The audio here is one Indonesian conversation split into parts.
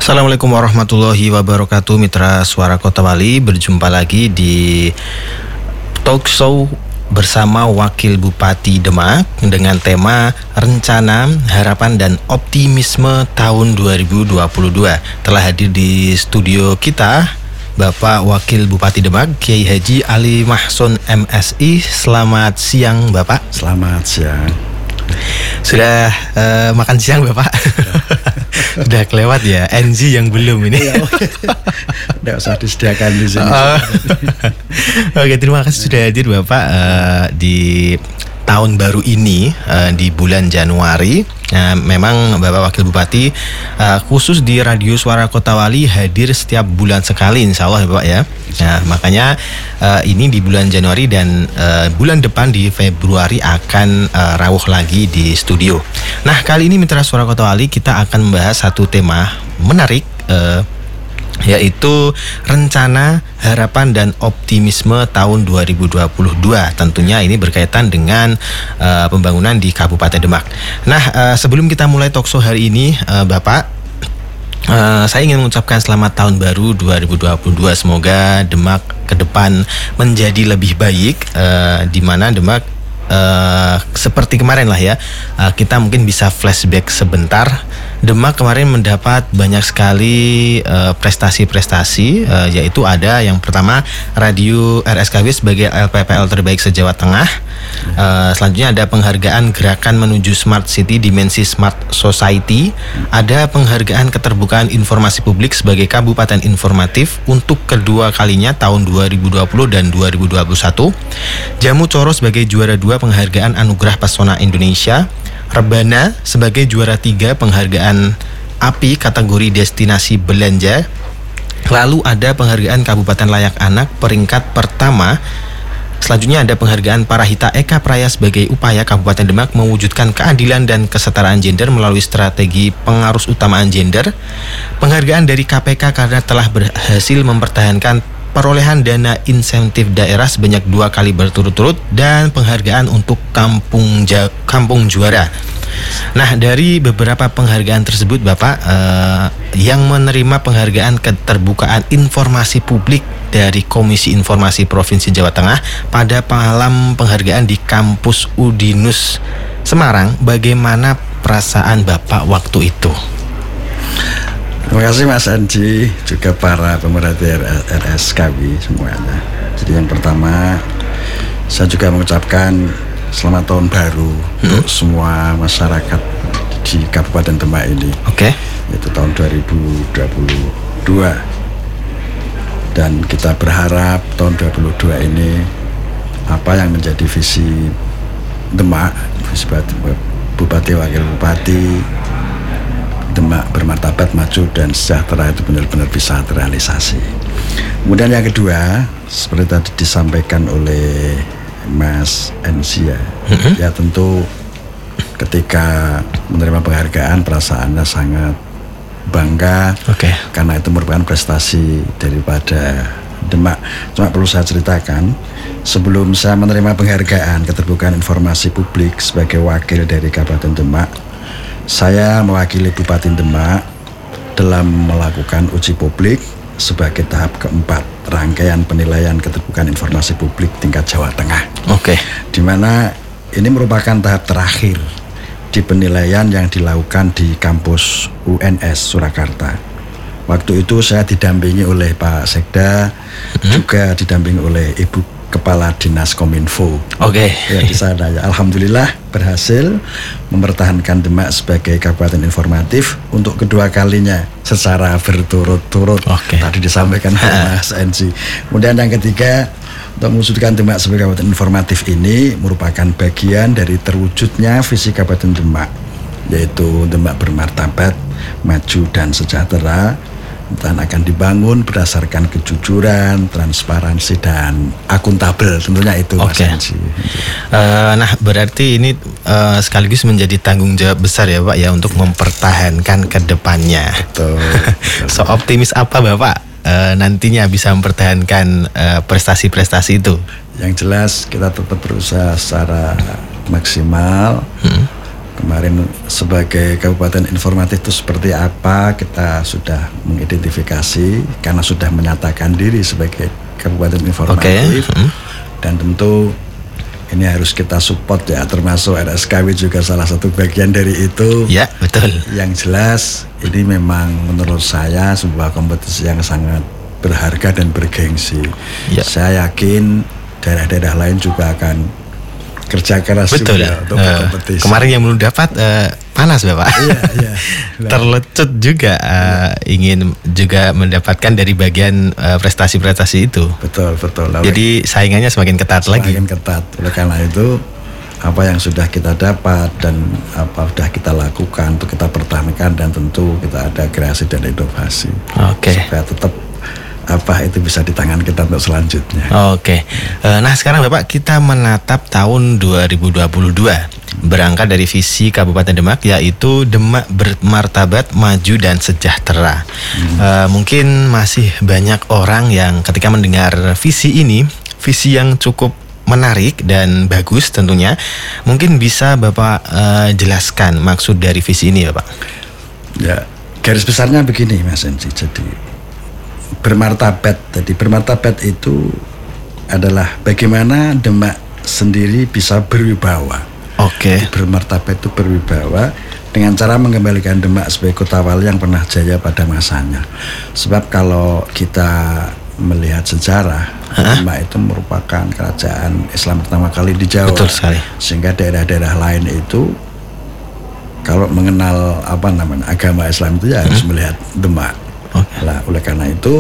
Assalamualaikum warahmatullahi wabarakatuh, Mitra Suara Kota Wali. Berjumpa lagi di talk show bersama Wakil Bupati Demak dengan tema Rencana, Harapan dan Optimisme tahun 2022. Telah hadir di studio kita Bapak Wakil Bupati Demak, Kiai Haji Ali Mahsun MSI. Selamat siang Bapak. Selamat siang. Sudah makan siang Bapak? Sudah kelewat ya, NG yang belum ini. Tidak usah disediakan di sini. Oke, terima kasih sudah hadir Bapak di tahun baru ini, di bulan Januari. Memang Bapak Wakil Bupati khusus di Radio Suara Kota Wali hadir setiap bulan sekali, insya Allah ya Bapak ya. Nah, makanya ini di bulan Januari dan bulan depan di Februari akan rawuh lagi di studio. Nah, kali ini Mitra Suara Kota Wali kita akan membahas satu tema menarik, yaitu rencana, harapan dan optimisme tahun 2022. Tentunya ini berkaitan dengan pembangunan di Kabupaten Demak. Nah, sebelum kita mulai talkshow hari ini, Bapak, saya ingin mengucapkan selamat tahun baru 2022. Semoga Demak ke depan menjadi lebih baik, di mana Demak seperti kemarin lah ya, kita mungkin bisa flashback sebentar. Demak kemarin mendapat banyak sekali prestasi-prestasi, yaitu ada yang pertama radio RSKW sebagai LPPL terbaik se-Jawa Tengah. Selanjutnya ada penghargaan Gerakan Menuju Smart City Dimensi Smart Society. Ada penghargaan Keterbukaan Informasi Publik sebagai Kabupaten Informatif untuk kedua kalinya tahun 2020 dan 2021. Jamu Coro sebagai juara 2 penghargaan Anugerah Pesona Indonesia. Rebana sebagai juara 3 penghargaan API kategori destinasi belanja. Lalu ada penghargaan Kabupaten Layak Anak peringkat pertama. Selanjutnya ada penghargaan Parahita Eka Praya sebagai upaya Kabupaten Demak mewujudkan keadilan dan kesetaraan gender melalui strategi pengarus utamaan gender. Penghargaan dari KPK karena telah berhasil mempertahankan perolehan dana insentif daerah sebanyak 2 kali berturut-turut, dan penghargaan untuk Kampung Juara. Nah, dari beberapa penghargaan tersebut Bapak, yang menerima penghargaan Keterbukaan Informasi Publik dari Komisi Informasi Provinsi Jawa Tengah pada malam penghargaan di Kampus Udinus Semarang, bagaimana perasaan Bapak waktu itu? Terima kasih Mas Anji, juga para pemerhati RSKW semuanya. Jadi yang pertama, saya juga mengucapkan selamat tahun baru untuk semua masyarakat di Kabupaten Demak ini. Oke. Itu tahun 2022. Dan kita berharap tahun 2022 ini apa yang menjadi visi Demak, visi Bupati Wakil Bupati Demak bermartabat, maju dan sejahtera itu benar-benar bisa terrealisasi. Kemudian yang kedua, seperti tadi disampaikan oleh Mas Ensia, ya tentu ketika menerima penghargaan perasaannya sangat bangga, karena itu merupakan prestasi daripada Demak. Cuma perlu saya ceritakan, sebelum saya menerima penghargaan Keterbukaan Informasi Publik sebagai wakil dari Kabupaten Demak, saya mewakili Bupati Demak dalam melakukan uji publik sebagai tahap keempat rangkaian penilaian keterbukaan informasi publik tingkat Jawa Tengah. Di mana ini merupakan tahap terakhir di penilaian yang dilakukan di kampus UNS Surakarta. Waktu itu saya didampingi oleh Pak Sekda, juga didampingi oleh Ibu Kepala Dinas Kominfo. Ya, di sana ya, alhamdulillah berhasil mempertahankan Demak sebagai kabupaten informatif untuk kedua kalinya secara berturut-turut. Tadi disampaikan oleh Mas Enzi. Kemudian yang ketiga, untuk mewujudkan Demak sebagai kabupaten informatif ini merupakan bagian dari terwujudnya visi Kabupaten Demak, yaitu Demak bermartabat, maju dan sejahtera, dan akan dibangun berdasarkan kejujuran, transparansi dan akuntabel, tentunya itu Mas Anji. Nah, berarti ini sekaligus menjadi tanggung jawab besar ya Pak ya untuk mempertahankan ke depannya. Betul. So optimis apa Bapak nantinya bisa mempertahankan prestasi-prestasi itu? Yang jelas kita tetap berusaha secara maksimal Kemarin sebagai kabupaten informatif itu seperti apa, kita sudah mengidentifikasi karena sudah menyatakan diri sebagai kabupaten informatif. Dan tentu ini harus kita support ya, termasuk RSKW juga salah satu bagian dari itu. Ya, betul. Yang jelas ini memang menurut saya sebuah kompetisi yang sangat berharga dan bergengsi. Ya. Saya yakin daerah-daerah lain juga akan kerja keras betul juga untuk berkompetisi. Kemarin yang belum dapat panas Bapak. Iya. Terlecut juga ingin juga mendapatkan dari bagian prestasi-prestasi itu. Betul. Jadi saingannya semakin ketat lagi. Semakin ketat. Oleh karena itu apa yang sudah kita dapat dan apa sudah kita lakukan untuk kita pertahankan, dan tentu kita ada kreasi dan inovasi. Supaya tetap apa itu bisa di tangan kita untuk selanjutnya. Nah sekarang Bapak, kita menatap tahun 2022 berangkat dari visi Kabupaten Demak, yaitu Demak bermartabat, maju dan sejahtera. Mungkin masih banyak orang yang ketika mendengar visi ini, visi yang cukup menarik dan bagus tentunya, mungkin bisa Bapak jelaskan maksud dari visi ini Bapak. Ya, garis besarnya begini Mas Enci. Jadi bermartabat itu adalah bagaimana Demak sendiri bisa berwibawa. Bermartabat itu berwibawa dengan cara mengembalikan Demak sebagai kota wali yang pernah jaya pada masanya. Sebab kalau kita melihat sejarah, Demak itu merupakan kerajaan Islam pertama kali di Jawa. Betul sekali. Sehingga daerah-daerah lain itu kalau mengenal agama Islam itu ya harus melihat Demak. Oleh karena itu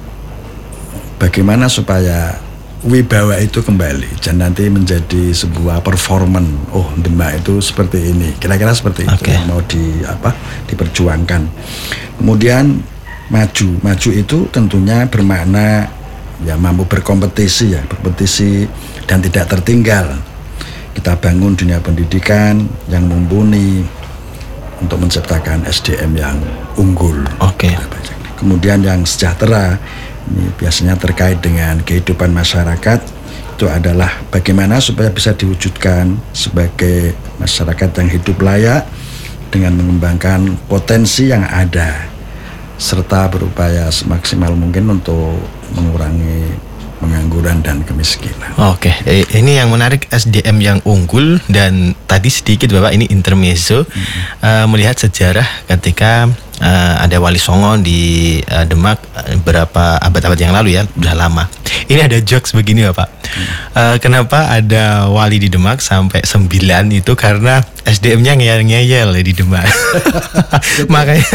bagaimana supaya wibawa itu kembali dan nanti menjadi sebuah performance. Demak itu seperti ini, kira-kira seperti itu yang mau diperjuangkan. Kemudian maju itu tentunya bermakna ya mampu berkompetisi dan tidak tertinggal. Kita bangun dunia pendidikan yang mumpuni untuk menciptakan SDM yang unggul. Kemudian yang sejahtera ini biasanya terkait dengan kehidupan masyarakat. Itu adalah bagaimana supaya bisa diwujudkan sebagai masyarakat yang hidup layak dengan mengembangkan potensi yang ada, serta berupaya semaksimal mungkin untuk mengurangi pengangguran dan kemiskinan. Ini yang menarik, SDM yang unggul. Dan tadi sedikit Bapak, ini intermezzo, melihat sejarah ketika ada Wali Songo di Demak berapa abad-abad yang lalu ya, udah lama. Ini ada jokes begini Bapak. Kenapa ada wali di Demak sampai 9 itu karena SDM-nya ngeyel-ngeyel di Demak. Makanya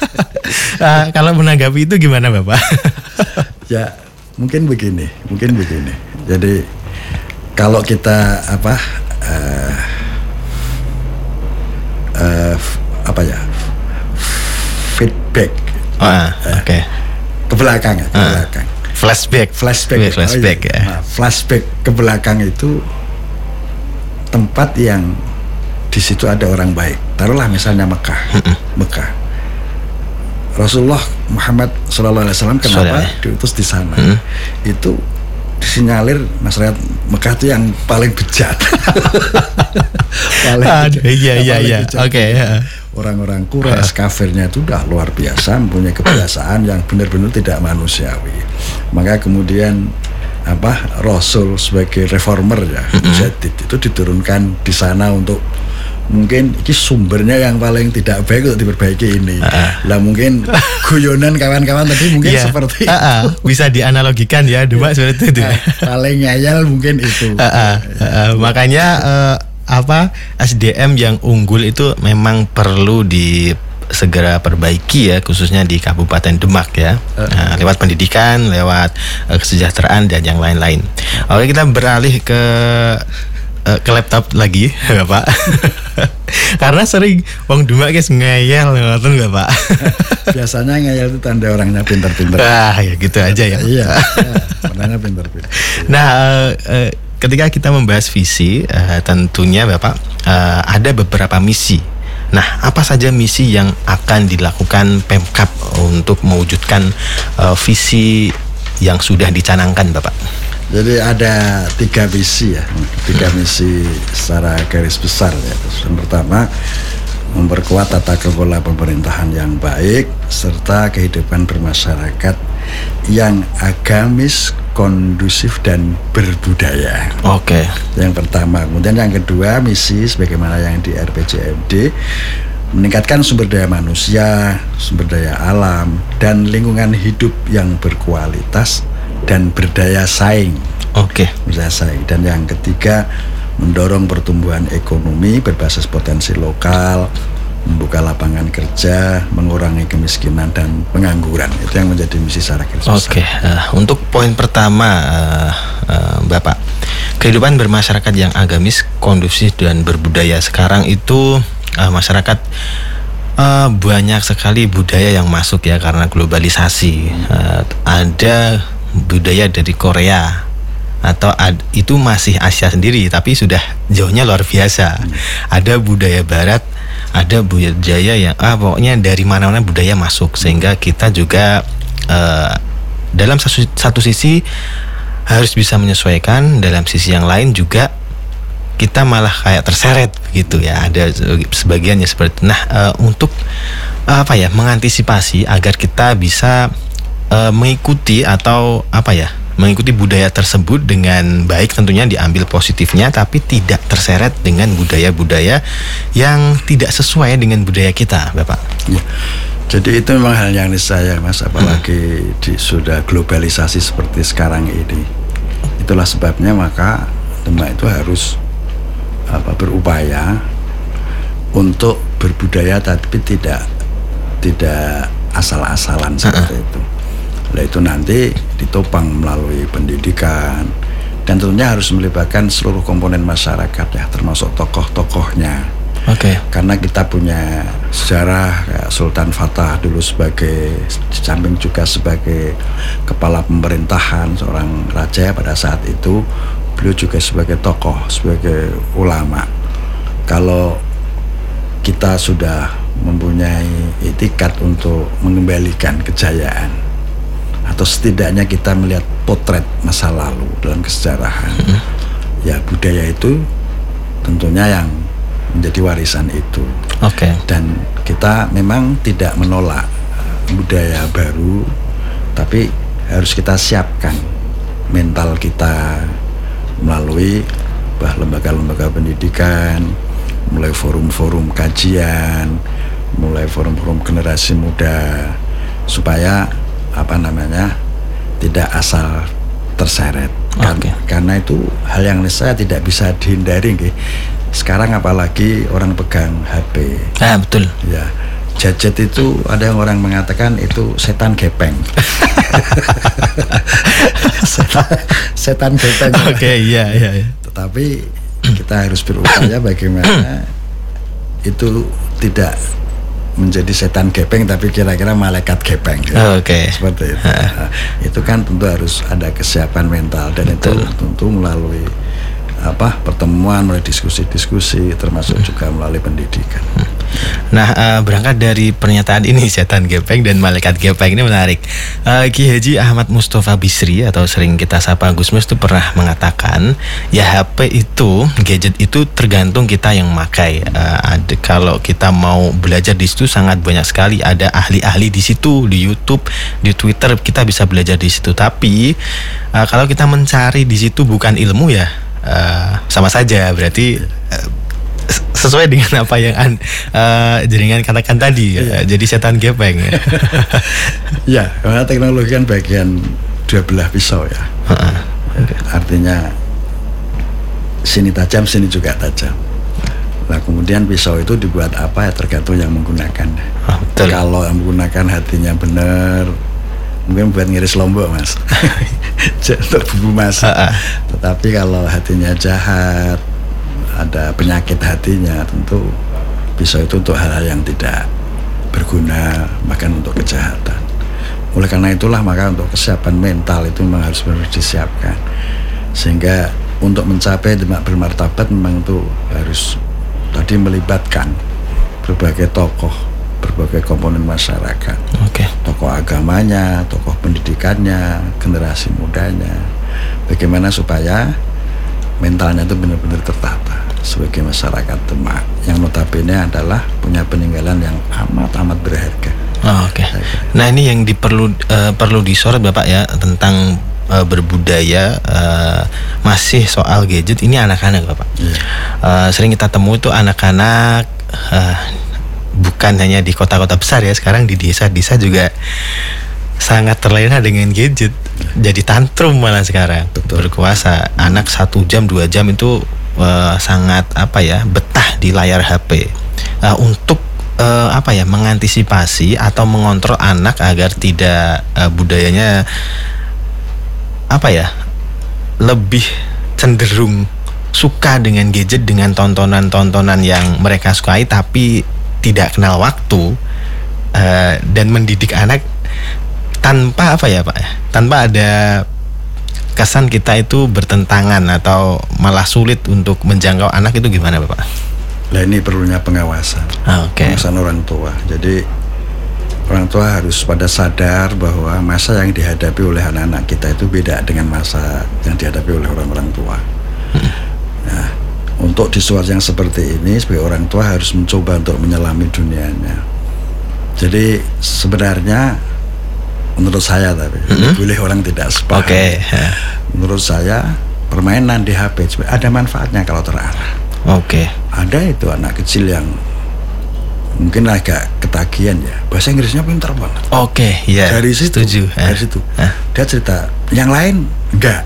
kalau menanggapi itu gimana Bapak? Ya, mungkin begini. Jadi kalau kita feedback ke belakang. Flashback ya. Flashback ke belakang itu tempat yang di situ ada orang baik. Taruhlah misalnya Mekah. Rasulullah Muhammad SAW kenapa diutus di sana? Itu disinyalir masyarakat Mekah itu yang paling bejat. Orang-orang Quraisy kafirnya itu udah luar biasa, mempunyai kebiasaan yang benar-benar tidak manusiawi. Maka kemudian Rasul sebagai reformer ya, Mujaddid itu diturunkan di sana untuk mungkin ini sumbernya yang paling tidak baik untuk diperbaiki ini. Mungkin guyonan kawan-kawan tadi mungkin seperti itu. Bisa dianalogikan ya, Demak seperti itu. Paling ngayal mungkin itu. Makanya SDM yang unggul itu memang perlu segera perbaiki ya, khususnya di Kabupaten Demak ya. Lewat pendidikan, lewat kesejahteraan dan yang lain-lain. Kita beralih ke laptop lagi Bapak. Karena sering wong Demak guys ngeyel ngoten enggak Pak? Biasanya ngeyel itu tanda orangnya pintar-pintar. Ya gitu aja ya. Iya, orangnya pintar-pintar. Nah, ketika kita membahas visi, tentunya Bapak ada beberapa misi. Nah, apa saja misi yang akan dilakukan Pemkab untuk mewujudkan visi yang sudah dicanangkan Bapak? Jadi ada 3 misi ya, 3 misi secara garis besar ya. Yang pertama, memperkuat tata kelola pemerintahan yang baik serta kehidupan bermasyarakat yang agamis, kondusif dan berbudaya. Oke. Yang pertama. Kemudian yang kedua, misi sebagaimana yang di RPJMD, meningkatkan sumber daya manusia, sumber daya alam dan lingkungan hidup yang berkualitas dan berdaya saing. Oke. Berdaya saing. Dan yang ketiga, mendorong pertumbuhan ekonomi berbasis potensi lokal, membuka lapangan kerja, mengurangi kemiskinan dan pengangguran. Itu yang menjadi misi secara garis besar. Oke. Untuk poin pertama, Bapak, kehidupan bermasyarakat yang agamis, kondusif dan berbudaya. Sekarang itu masyarakat banyak sekali budaya yang masuk ya karena globalisasi. Ada budaya dari Korea atau itu masih Asia sendiri tapi sudah jauhnya luar biasa. Ada budaya Barat, ada budaya yang pokoknya dari mana-mana budaya masuk sehingga kita juga dalam satu sisi harus bisa menyesuaikan, dalam sisi yang lain juga kita malah kayak terseret gitu ya. Ada sebagiannya seperti itu. Nah, untuk mengantisipasi agar kita bisa mengikuti atau mengikuti budaya tersebut dengan baik, tentunya diambil positifnya tapi tidak terseret dengan budaya-budaya yang tidak sesuai dengan budaya kita, Bapak. Ya. Jadi itu memang hal yang niscaya, Mas, apalagi sudah globalisasi seperti sekarang ini. Itulah sebabnya maka Demak itu harus berupaya untuk berbudaya tapi tidak asal-asalan seperti itu. Nah, itu nanti ditopang melalui pendidikan dan tentunya harus melibatkan seluruh komponen masyarakat ya, termasuk tokoh-tokohnya. Oke. Karena kita punya sejarah kayak Sultan Fatah dulu sebagai, di samping juga sebagai kepala pemerintahan, seorang raja pada saat itu, beliau juga sebagai tokoh, sebagai ulama. Kalau kita sudah mempunyai itikat untuk mengembalikan kejayaan atau setidaknya kita melihat potret masa lalu dalam kesejarahan, ya budaya itu tentunya yang menjadi warisan itu. Oke. Dan kita memang tidak menolak budaya baru, tapi harus kita siapkan mental kita melalui lembaga-lembaga pendidikan, mulai forum-forum kajian, mulai forum-forum generasi muda, supaya tidak asal terseret. Karena itu hal yang saya tidak bisa dihindari. Sekarang apalagi orang pegang HP. Betul. Ya, gadget itu ada yang orang mengatakan itu setan gepeng. setan gepeng. Oke, iya. Tetapi kita harus berupaya bagaimana itu tidak menjadi setan gepeng tapi kira-kira malaikat gepeng. Oke. Seperti itu. Itu kan tentu harus ada kesiapan mental dan betul. Itu tentu melalui pertemuan, melalui diskusi-diskusi, termasuk juga melalui pendidikan. Nah, berangkat dari pernyataan ini setan gepeng dan malaikat gepeng ini menarik. Ki Haji Ahmad Mustafa Bisri atau sering kita sapa Gus Mus itu pernah mengatakan, ya HP itu, gadget itu tergantung kita yang memakai. Kalau kita mau belajar di situ sangat banyak sekali, ada ahli-ahli di situ, di YouTube, di Twitter kita bisa belajar di situ. Tapi kalau kita mencari di situ bukan ilmu ya, sama saja berarti sesuai dengan apa yang jaringan katakan tadi. Jadi setan gepeng ya. Ya, karena teknologi kan bagian dua belah pisau ya. Artinya sini tajam, sini juga tajam. Nah, kemudian pisau itu dibuat apa ya tergantung yang menggunakan. Kalau yang menggunakan hatinya benar, mungkin buat ngiris lombok, Mas. Untuk bumbu masak. Tetapi kalau hatinya jahat, ada penyakit hatinya, tentu pisau itu untuk hal-hal yang tidak berguna, bahkan untuk kejahatan. Oleh karena itulah maka untuk kesiapan mental itu memang harus benar disiapkan. Sehingga untuk mencapai Demak bermartabat memang itu harus tadi melibatkan berbagai tokoh, berbagai komponen masyarakat. Tokoh agamanya, tokoh pendidikannya, generasi mudanya, bagaimana supaya mentalnya itu benar-benar tertata sebagai masyarakat Demak yang notabene adalah punya peninggalan yang amat berharga. Oke. Nah ini yang perlu disorot Bapak ya tentang berbudaya masih soal gadget ini anak-anak Bapak. Sering kita temui itu anak-anak bukan hanya di kota-kota besar ya, sekarang di desa-desa juga sangat terlena dengan gadget. Jadi tantrum malah sekarang. Betul. Berkuasa. Anak 1 jam 2 jam itu sangat betah di layar HP. Untuk mengantisipasi atau mengontrol anak agar tidak budayanya lebih cenderung suka dengan gadget, dengan tontonan-tontonan yang mereka sukai tapi tidak kenal waktu, dan mendidik anak tanpa tanpa ada kesan kita itu bertentangan atau malah sulit untuk menjangkau anak, itu gimana Bapak? Nah ini perlunya pengawasan, pengawasan orang tua. Jadi orang tua harus pada sadar bahwa masa yang dihadapi oleh anak-anak kita itu beda dengan masa yang dihadapi oleh orang-orang tua. Nah, untuk di situasi yang seperti ini, sebagai orang tua harus mencoba untuk menyelami dunianya. Jadi sebenarnya menurut saya boleh orang tidak sepakat. Menurut saya permainan di HP ada manfaatnya kalau terarah. Ada itu anak kecil yang mungkin agak ketagihan ya, bahasa Inggrisnya pintar banget. Dari situ, dia cerita, yang lain enggak.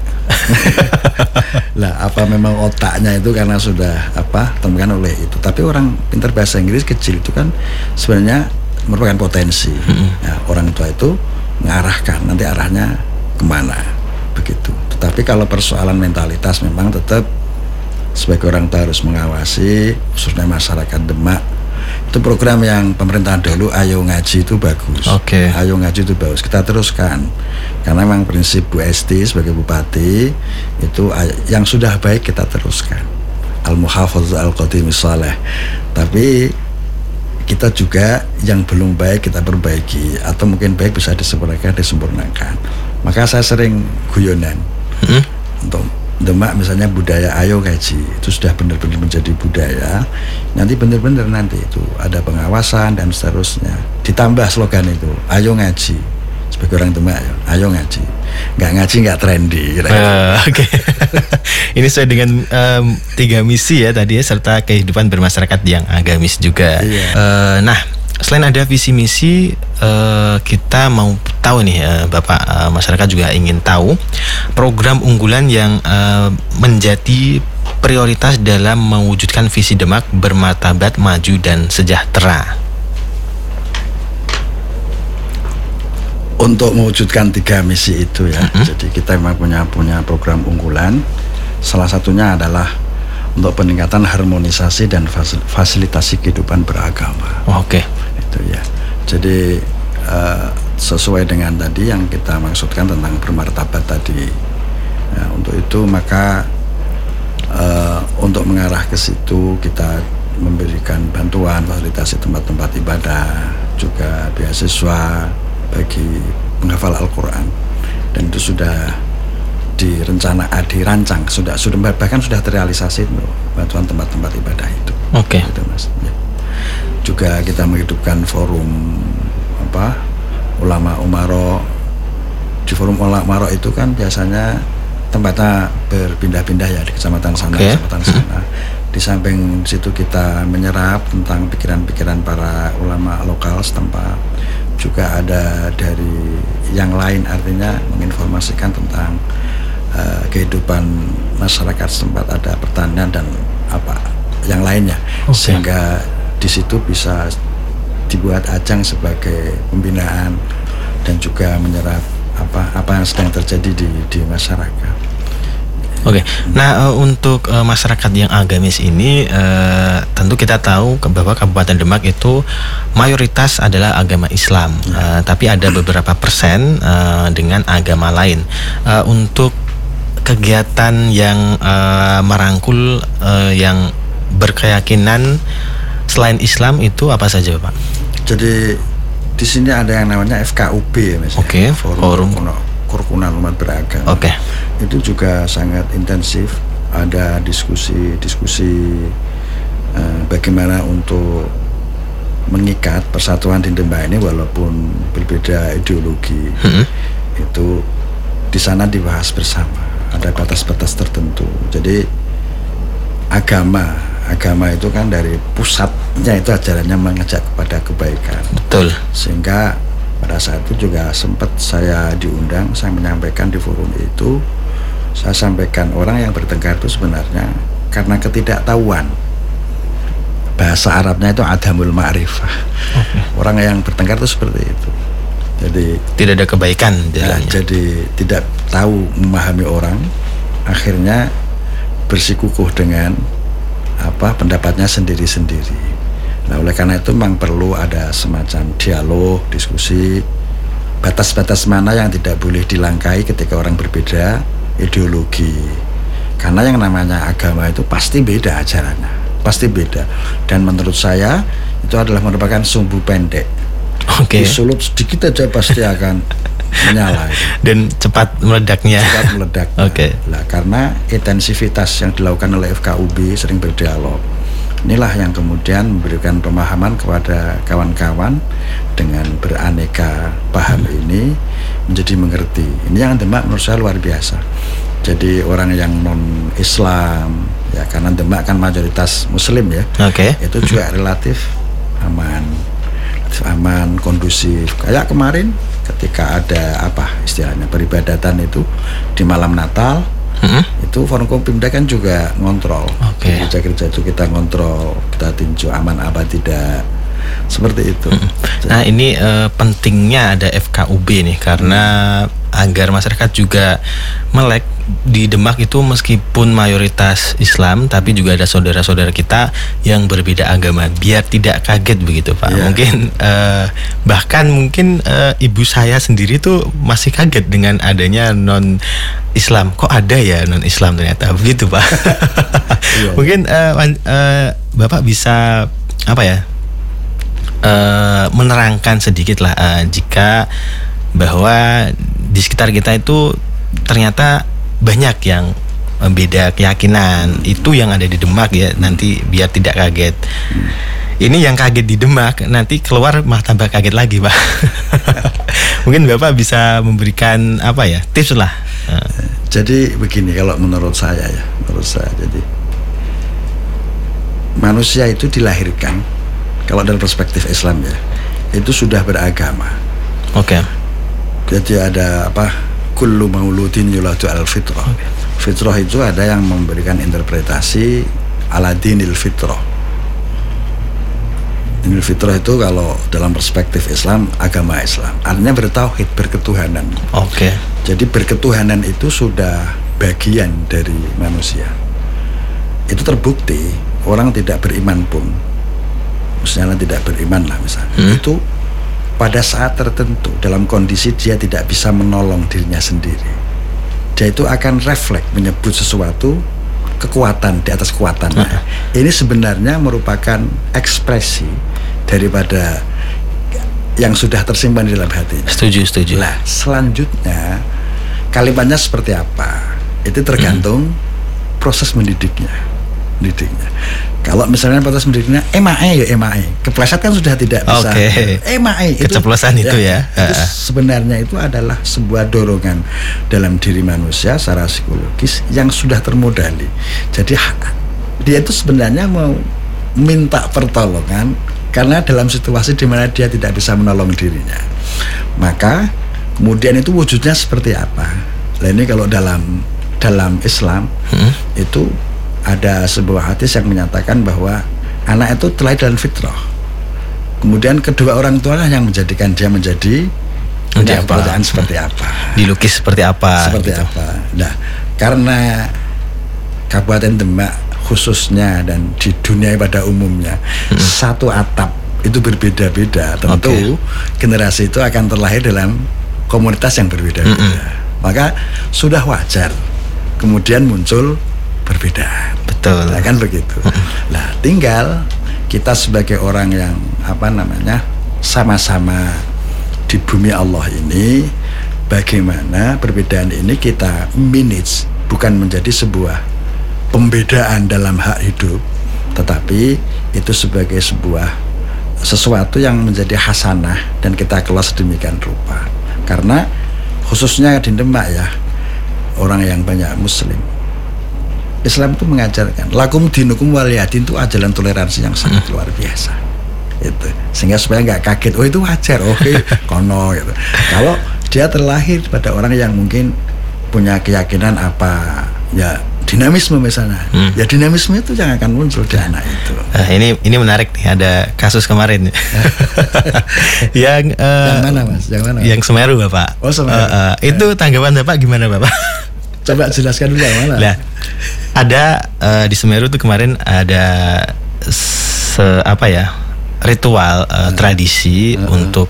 Lah apa memang otaknya itu karena sudah temukan oleh itu. Tapi orang pintar bahasa Inggris kecil itu kan sebenarnya merupakan potensi. Nah, orang tua itu mengarahkan nanti arahnya kemana begitu. Tetapi kalau persoalan mentalitas memang tetap sebagai orang tua harus mengawasi, khususnya masyarakat Demak. Itu program yang pemerintah dulu, Ayo Ngaji itu bagus. Ayo Ngaji itu bagus, kita teruskan. Karena memang prinsip Bu Esti sebagai bupati itu yang sudah baik kita teruskan. Al-Muhafadz Al-Qadimis Saleh. Tapi kita juga yang belum baik kita perbaiki, atau mungkin baik bisa disempurnakan. Maka saya sering guyonan untuk Demak misalnya budaya Ayo Ngaji itu sudah benar-benar menjadi budaya. Nanti benar-benar nanti itu ada pengawasan dan seterusnya. Ditambah slogan itu Ayo Ngaji. Sebagai orang Demak, ayo ngaji. Nggak ngaji nggak trendy. Ini sesuai dengan 3 misi ya tadi ya, serta kehidupan bermasyarakat yang agamis juga. Nah, selain ada visi misi, kita mau tahu nih Bapak, masyarakat juga ingin tahu program unggulan yang menjadi prioritas dalam mewujudkan visi Demak bermartabat, maju dan sejahtera. Untuk mewujudkan 3 misi itu ya, jadi kita memang punya program unggulan. Salah satunya adalah untuk peningkatan harmonisasi dan fasilitasi kehidupan beragama. Itu ya. Jadi sesuai dengan tadi yang kita maksudkan tentang bermartabat tadi. Nah, untuk itu maka untuk mengarah ke situ kita memberikan bantuan fasilitasi tempat-tempat ibadah, juga beasiswa bagi penghafal Al-Quran, dan itu sudah dirancang, bahkan sudah terrealisasi untuk bantuan tempat-tempat ibadah itu. Gitu, Mas. Ya. Juga kita menghidupkan forum ulama umaro. Di forum ulama umaro itu kan biasanya tempatnya berpindah-pindah ya, di kecamatan sana, kecamatan sana. Di samping situ kita menyerap tentang pikiran-pikiran para ulama lokal setempat. Juga ada dari yang lain, artinya menginformasikan tentang kehidupan masyarakat setempat, ada pertanian dan yang lainnya, sehingga di situ bisa dibuat ajang sebagai pembinaan dan juga menyerap apa yang sedang terjadi di masyarakat. Nah untuk masyarakat yang agamis ini tentu kita tahu bahwa Kabupaten Demak itu mayoritas adalah agama Islam, tapi ada beberapa persen dengan agama lain. Untuk kegiatan yang merangkul yang berkeyakinan selain Islam itu apa saja, Pak? Jadi di sini ada yang namanya FKUB, misalnya Forum kerukunan umat beragama. Oke. Itu juga sangat intensif. Ada diskusi bagaimana untuk mengikat persatuan di Demak ini walaupun berbeda ideologi. Itu di sana dibahas bersama. Ada batas-batas tertentu. Jadi agama itu kan dari pusatnya itu ajarannya mengajak kepada kebaikan. Betul. Sehingga pada saat itu juga sempat saya diundang, saya menyampaikan di forum itu, saya sampaikan orang yang bertengkar itu sebenarnya karena ketidaktahuan. Bahasa Arabnya itu adamul ma'rifah. Orang yang bertengkar itu seperti itu. Jadi tidak ada kebaikan jalannya. Jadi tidak tahu memahami orang, akhirnya bersikukuh dengan pendapatnya sendiri-sendiri. Nah, oleh karena itu memang perlu ada semacam dialog, diskusi, batas-batas mana yang tidak boleh dilangkahi ketika orang berbeda ideologi. Karena yang namanya agama itu pasti beda ajarannya, pasti beda. Dan menurut saya itu adalah merupakan sumbu pendek. Oke. Disulut sedikit aja pasti akan menyala dan cepat meledaknya. Oke. Nah, karena intensivitas yang dilakukan oleh FKUB sering berdialog, inilah yang kemudian memberikan pemahaman kepada kawan-kawan dengan beraneka paham ini menjadi mengerti. Ini yang Demak menurut saya luar biasa. Jadi orang yang non Islam ya, karena Demak kan mayoritas Muslim ya. Oke. Itu juga relatif aman, kondusif. Kayak kemarin ketika ada istilahnya peribadatan itu di malam Natal, itu Forkopimda kan juga ngontrol. Gereja-gereja itu kita ngontrol, kita tinjau aman apa tidak, seperti itu. Nah ini pentingnya ada FKUB nih, karena agar masyarakat juga melek di Demak itu meskipun mayoritas Islam, tapi juga ada saudara-saudara kita yang berbeda agama, biar tidak kaget begitu Pak. Mungkin bahkan ibu saya sendiri tuh masih kaget dengan adanya non Islam. Kok ada ya non Islam ternyata begitu Pak. Mungkin Bapak bisa menerangkan sedikit lah jika bahwa di sekitar kita itu ternyata banyak yang beda keyakinan. Itu yang ada di Demak ya, nanti biar tidak kaget. Ini yang kaget di Demak, nanti keluar malah tambah kaget lagi Pak. Mungkin Bapak bisa memberikan tips lah. Jadi begini, kalau menurut saya jadi manusia itu dilahirkan, kalau dalam perspektif Islam ya, itu sudah beragama. Oke. Jadi ada kullu mauludin yuladu al-fitrah. Fitrah itu ada yang memberikan interpretasi ala dinil fitrah. Dinil fitrah itu kalau dalam perspektif Islam, agama Islam, artinya bertauhid, berketuhanan. Oke. Jadi berketuhanan itu sudah bagian dari manusia. Itu terbukti orang tidak beriman pun, misalnya tidak beriman lah misalnya, itu pada saat tertentu dalam kondisi dia tidak bisa menolong dirinya sendiri, dia itu akan refleks menyebut sesuatu kekuatan di atas kekuatannya. Ini sebenarnya merupakan ekspresi daripada yang sudah tersimpan di dalam hati. Setuju. Lah, selanjutnya kalimatnya seperti apa? Itu tergantung proses mendidiknya. Kalau misalnya proses mendidiknya emae, kepleset kan sudah tidak bisa. Emae keceplosan itu ya. Itu sebenarnya itu adalah sebuah dorongan dalam diri manusia secara psikologis yang sudah termodali. Jadi dia itu sebenarnya mau minta pertolongan karena dalam situasi di mana dia tidak bisa menolong dirinya. Maka kemudian itu wujudnya seperti apa? Nah ini kalau dalam Islam itu ada sebuah hadis yang menyatakan bahwa anak itu terlahir dalam fitrah. Kemudian kedua orang tuanya yang menjadikan dia menjadi keadaan seperti apa, dilukis seperti apa. Nah, karena Kabupaten Demak khususnya dan di dunia pada umumnya satu atap itu berbeda-beda, tentu generasi itu akan terlahir dalam komunitas yang berbeda-beda. Maka sudah wajar kemudian muncul perbedaan. Betul. Nah, kan begitu. Nah, tinggal kita sebagai orang yang sama-sama di bumi Allah ini bagaimana perbedaan ini kita manage, bukan menjadi sebuah pembedaan dalam hak hidup, tetapi itu sebagai sesuatu yang menjadi hasanah dan kita kelola sedemikian rupa. Karena khususnya di Demak ya, orang yang banyak muslim, Islam itu mengajarkan lakum dinukum waliyadin, itu ajaran toleransi yang sangat luar biasa itu, sehingga supaya nggak kaget, oh itu wajar, oke, kono gitu. Kalau dia terlahir pada orang yang mungkin punya keyakinan apa ya, dinamisme misalnya, ya dinamisme itu yang akan muncul di anak itu. Ini menarik nih, ada kasus kemarin yang mana Mas? Yang mana? Yang Semeru Bapak. Oh Semeru. Itu tanggapan Bapak gimana Bapak? Coba jelaskan dulu yang mana. Nah, ada di Semeru tuh kemarin ada ritual tradisi untuk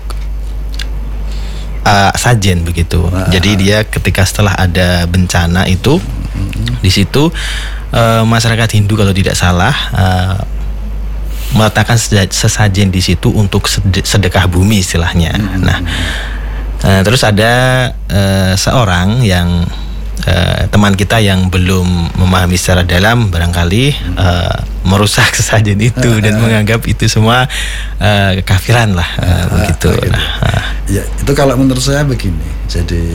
sajen begitu. Jadi dia ketika setelah ada bencana itu di situ masyarakat Hindu kalau tidak salah meletakkan sesajen di situ untuk sedekah bumi istilahnya. Nah, terus ada seorang yang teman kita yang belum memahami secara dalam barangkali merusak sesajen itu dan menganggap itu semua kekafiran lah begitu. Ya itu kalau menurut saya begini. Jadi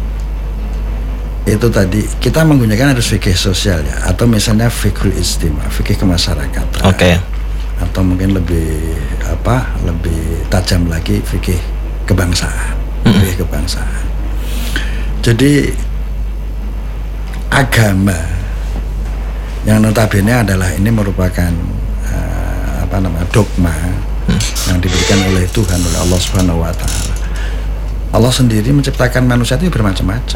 itu tadi kita menggunakan harus fikih sosial ya, atau misalnya fikih istimah, fikih kemasyarakatan. Oke. Atau mungkin lebih tajam lagi fikih kebangsaan, fikih kebangsaan. Jadi agama yang notabene adalah ini merupakan dogma yang diberikan oleh Tuhan, oleh Allah Subhanahu wa taala. Allah sendiri menciptakan manusia itu bermacam-macam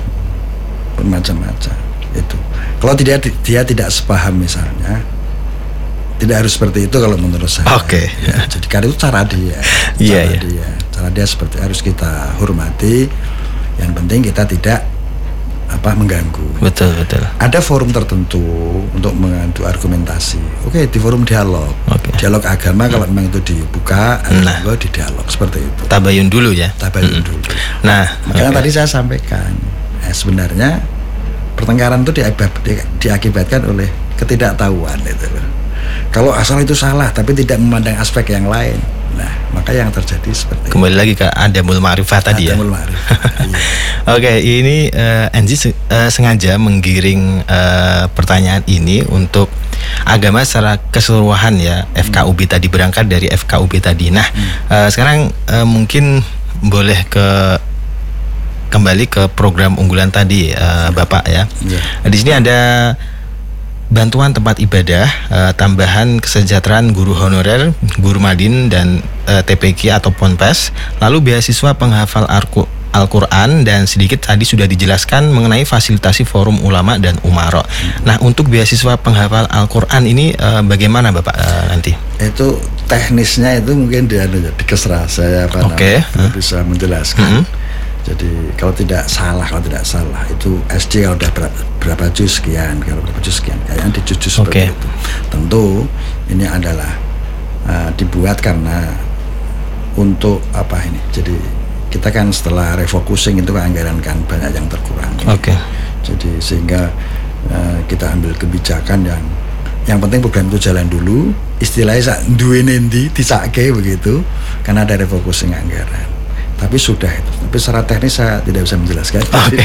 itu. Kalau dia tidak sepaham misalnya, tidak harus seperti itu kalau menurut saya. Oke. Ya, jadi karena itu cara dia. Cara dia seperti harus kita hormati. Yang penting kita tidak mengganggu. Betul. Ada forum tertentu untuk mengadu argumentasi. Oke, di forum dialog. Dialog agama kalau memang itu dibuka, ada di dialog seperti itu. Tabayun dulu ya. Dulu. Nah, makanya tadi saya sampaikan, sebenarnya pertengkaran itu diakibatkan oleh ketidaktahuan itu. Kalau asal itu salah tapi tidak memandang aspek yang lain, nah maka yang terjadi seperti kembali lagi ke adamul ma'rifah tadi ya. Oke, ini Anji sengaja menggiring pertanyaan ini untuk agama secara keseluruhan ya, FKUB tadi, berangkat dari FKUB tadi. Nah, sekarang mungkin boleh kembali ke program unggulan tadi Bapak ya. Di sini ada bantuan tempat ibadah, tambahan kesejahteraan guru honorer, guru madin dan TPQ atau Ponpes, lalu beasiswa penghafal Al-Quran, dan sedikit tadi sudah dijelaskan mengenai fasilitasi forum ulama dan umaro. Nah, untuk beasiswa penghafal Al-Quran ini bagaimana Bapak nanti? Itu teknisnya itu mungkin dikeserah saya bisa menjelaskan. Jadi kalau tidak salah itu SD kalau udah berapa juz sekian, kayaknya di juz seperti itu. Tentu ini adalah dibuat karena untuk jadi kita kan setelah refocusing itu anggaran kan banyak yang terkurang. Jadi sehingga kita ambil kebijakan yang penting program itu jalan dulu, istilahnya duwe nendi disake begitu, karena ada refocusing anggaran. Tapi sudah itu. Tapi secara teknis saya tidak bisa menjelaskan.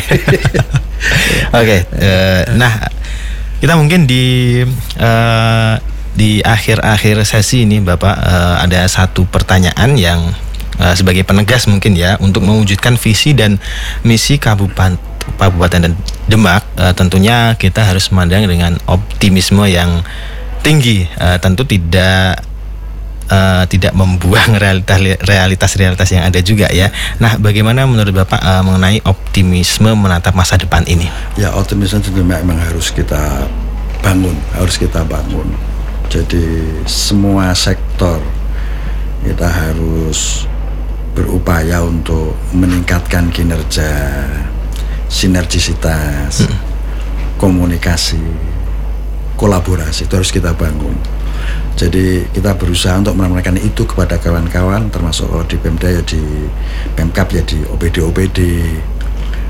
Nah, kita mungkin di akhir sesi ini Bapak ada satu pertanyaan yang sebagai penegas mungkin ya, untuk mewujudkan visi dan misi Kabupaten Demak, tentunya kita harus memandang dengan optimisme yang tinggi, tentu tidak membuang realitas yang ada juga ya. Nah, bagaimana menurut Bapak mengenai optimisme menatap masa depan ini? Ya, optimisme itu memang harus kita bangun. Jadi semua sektor kita harus berupaya untuk meningkatkan kinerja, sinergisitas, komunikasi, kolaborasi, itu harus kita bangun. Jadi kita berusaha untuk menyampaikan itu kepada kawan-kawan, termasuk kalau di Pemda ya di Pemkab ya di OPD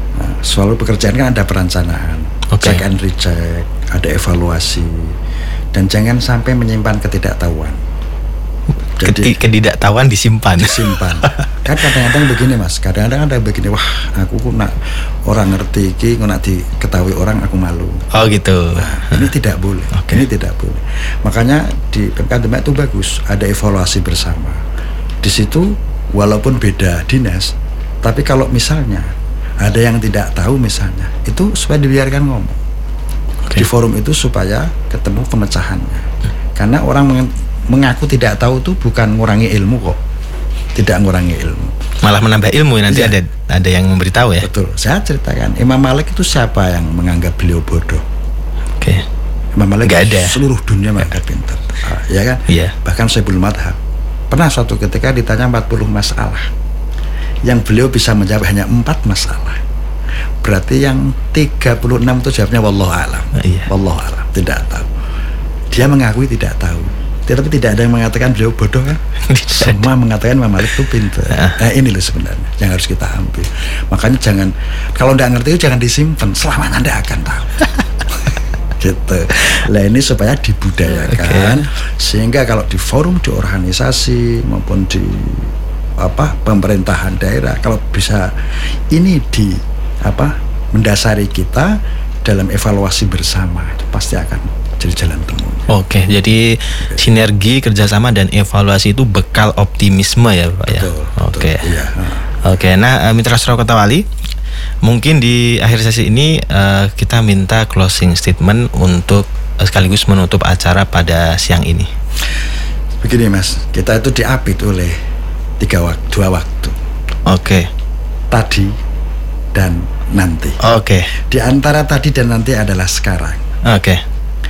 selalu pekerjaan kan ada perencanaan, Oke. check and recheck, ada evaluasi, dan jangan sampai menyimpan ketidaktahuan. Jadi Ketidaktahuan disimpan. disimpan. Kan kadang-kadang begini Mas, kadang-kadang ada begini, wah aku nak orang ngerti iki, aku nak diketahui orang aku malu. Oh gitu. Ini tidak boleh. Oke. Ini tidak boleh. Makanya di PMK Demak itu bagus, ada evaluasi bersama. Di situ walaupun beda dinas, tapi kalau misalnya ada yang tidak tahu misalnya, itu supaya dibiarkan ngomong. Oke. Di forum itu supaya ketemu pemecahannya. Karena orang mengaku tidak tahu itu bukan ngurangi ilmu kok. Tidak ngurangi ilmu. Malah menambah ilmu, nanti Iya. ada yang memberitahu ya. Betul. Saya ceritakan, Imam Malik itu siapa yang menganggap beliau bodoh? Oke. Imam Malik Nggak ada. seluruh dunia menganggap pintar. Ya kan? Iya. Bahkan Syekhul Madhab pernah suatu ketika ditanya 40 masalah, yang beliau bisa menjawab hanya 4 masalah. Berarti yang 36 itu jawabnya wallahu alam. Iya. Wallahu alam, tidak tahu. Dia mengakui tidak tahu. Tetapi tidak ada yang mengatakan beliau bodoh kan? Semua mengatakan Imam Malik itu pintar. Nah ini loh sebenarnya yang harus kita ambil. Makanya jangan, kalau tidak ngerti itu jangan disimpan, selamanya Anda akan tahu. Gitu. Lah ini supaya dibudayakan, sehingga kalau di forum, di organisasi maupun di pemerintahan daerah, kalau bisa ini mendasari kita dalam evaluasi bersama, itu pasti akan jadi jalan temu. Oke, jadi sinergi, kerjasama dan evaluasi itu bekal optimisme ya Pak ya. Betul, Oke. betul, iya. Oke, nah Mitra Surau Kota Wali, mungkin di akhir sesi ini kita minta closing statement untuk sekaligus menutup acara pada siang ini. Begini Mas, kita itu diapit oleh 2 waktu. Oke. Tadi dan nanti. Oke. Di antara tadi dan nanti adalah sekarang. Oke.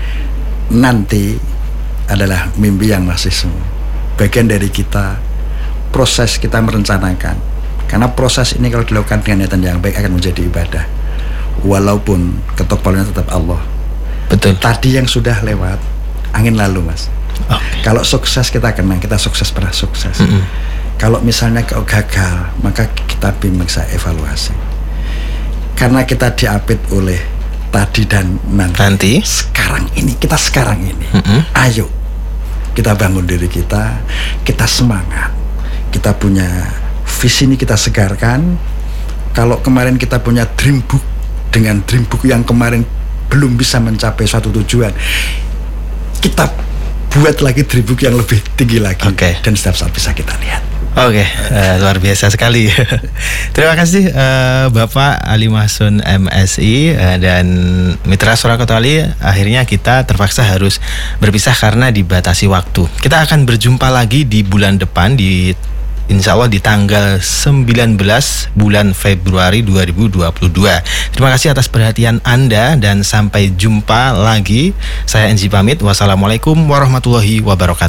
Nanti adalah mimpi yang masih semu. Bagian dari kita, proses kita merencanakan. Karena proses ini kalau dilakukan dengan niatan yang baik akan menjadi ibadah. Walaupun ketok palunya tetap Allah. Betul. Tadi yang sudah lewat, angin lalu Mas. Oke. Kalau sukses kita kenang, kita sukses pernah sukses. Kalau misalnya kau gagal, maka kita bisa evaluasi. Karena kita diapit oleh tadi dan nanti. Sekarang ini, kita sekarang ini. Ayo kita bangun diri kita semangat. Kita punya visi ini kita segarkan. Kalau kemarin kita punya dream book, dengan dream book yang kemarin belum bisa mencapai suatu tujuan, kita buat lagi dream book yang lebih tinggi lagi. Dan setiap saat bisa kita lihat. Oke, luar biasa sekali. Terima kasih Bapak Ali Mahsun MSI dan Mitra Surau Kota Wali. Akhirnya kita terpaksa harus berpisah karena dibatasi waktu. Kita akan berjumpa lagi di bulan depan, di insya Allah di tanggal 19 bulan Februari 2022. Terima kasih atas perhatian Anda dan sampai jumpa lagi. Saya Enzi pamit. Wassalamualaikum warahmatullahi wabarakatuh.